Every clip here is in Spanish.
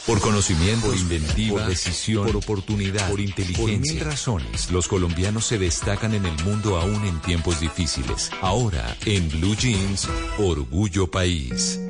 Por conocimiento, por inventiva, por decisión, por oportunidad, por inteligencia. Por 1000 razones, los colombianos se destacan en el mundo aún en tiempos difíciles. Ahora, en Blue Jeans, Orgullo País.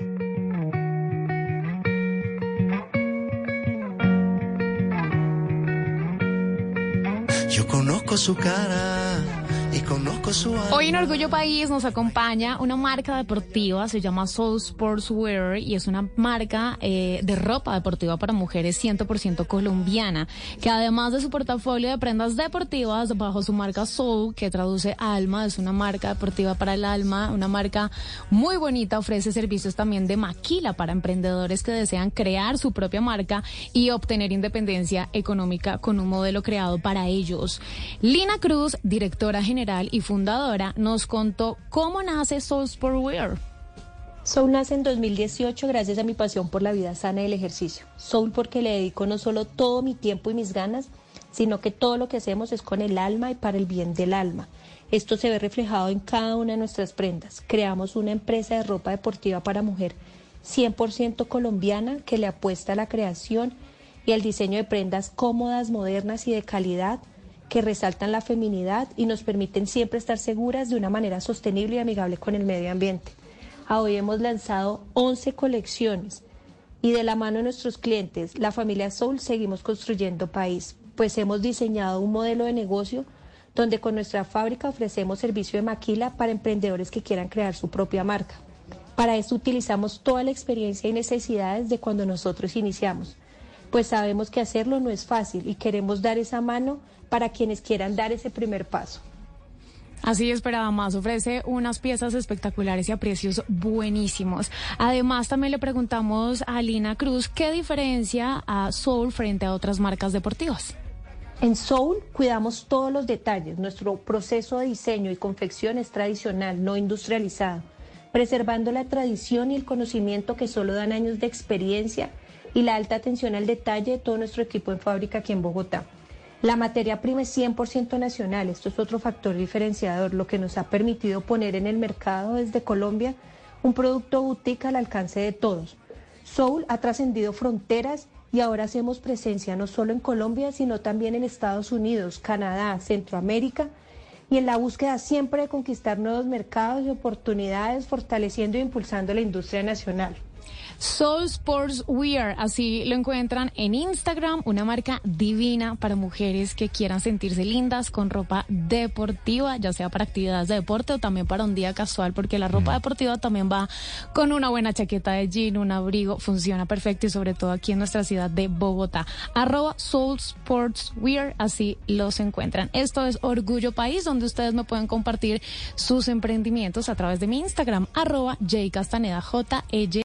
Yo conozco su cara y conozco su alma. Hoy en Orgullo País nos acompaña una marca deportiva, se llama Soul Sportswear y es una marca de ropa deportiva para mujeres 100% colombiana, que además de su portafolio de prendas deportivas bajo su marca Soul, que traduce alma, es una marca deportiva para el alma, una marca muy bonita, ofrece servicios también de maquila para emprendedores que desean crear su propia marca y obtener independencia económica con un modelo creado para ellos. Lina Cruz, directora general y fundadora, nos contó cómo nace Soul Sportswear. Soul nace en 2018 gracias a mi pasión por la vida sana y el ejercicio. Soul porque le dedico no solo todo mi tiempo y mis ganas, sino que todo lo que hacemos es con el alma y para el bien del alma. Esto se ve reflejado en cada una de nuestras prendas. Creamos una empresa de ropa deportiva para mujer 100% colombiana que le apuesta a la creación y al diseño de prendas cómodas, modernas y de calidad, que resaltan la feminidad y nos permiten siempre estar seguras de una manera sostenible y amigable con el medio ambiente. Hoy hemos lanzado 11 colecciones y de la mano de nuestros clientes, la familia Soul, seguimos construyendo país, pues hemos diseñado un modelo de negocio donde con nuestra fábrica ofrecemos servicio de maquila para emprendedores que quieran crear su propia marca. Para esto utilizamos toda la experiencia y necesidades de cuando nosotros iniciamos, pues sabemos que hacerlo no es fácil y queremos dar esa mano para quienes quieran dar ese primer paso. Así esperaba más, ofrece unas piezas espectaculares y a precios buenísimos. Además, también le preguntamos a Lina Cruz qué diferencia a Soul frente a otras marcas deportivas. En Soul cuidamos todos los detalles. Nuestro proceso de diseño y confección es tradicional, no industrializado, preservando la tradición y el conocimiento que solo dan años de experiencia y la alta atención al detalle de todo nuestro equipo en fábrica aquí en Bogotá. La materia prima es 100% nacional, esto es otro factor diferenciador, lo que nos ha permitido poner en el mercado desde Colombia un producto boutique al alcance de todos. Soul ha trascendido fronteras y ahora hacemos presencia no solo en Colombia, sino también en Estados Unidos, Canadá, Centroamérica, y en la búsqueda siempre de conquistar nuevos mercados y oportunidades, fortaleciendo e impulsando la industria nacional. Soul Sportswear, así lo encuentran en Instagram, una marca divina para mujeres que quieran sentirse lindas con ropa deportiva, ya sea para actividades de deporte o también para un día casual, porque la ropa deportiva también va con una buena chaqueta de jean, un abrigo, funciona perfecto y sobre todo aquí en nuestra ciudad de Bogotá. @Soul Sportswear, así los encuentran. Esto es Orgullo País, donde ustedes me pueden compartir sus emprendimientos a través de mi Instagram, @JCastaneda, JEY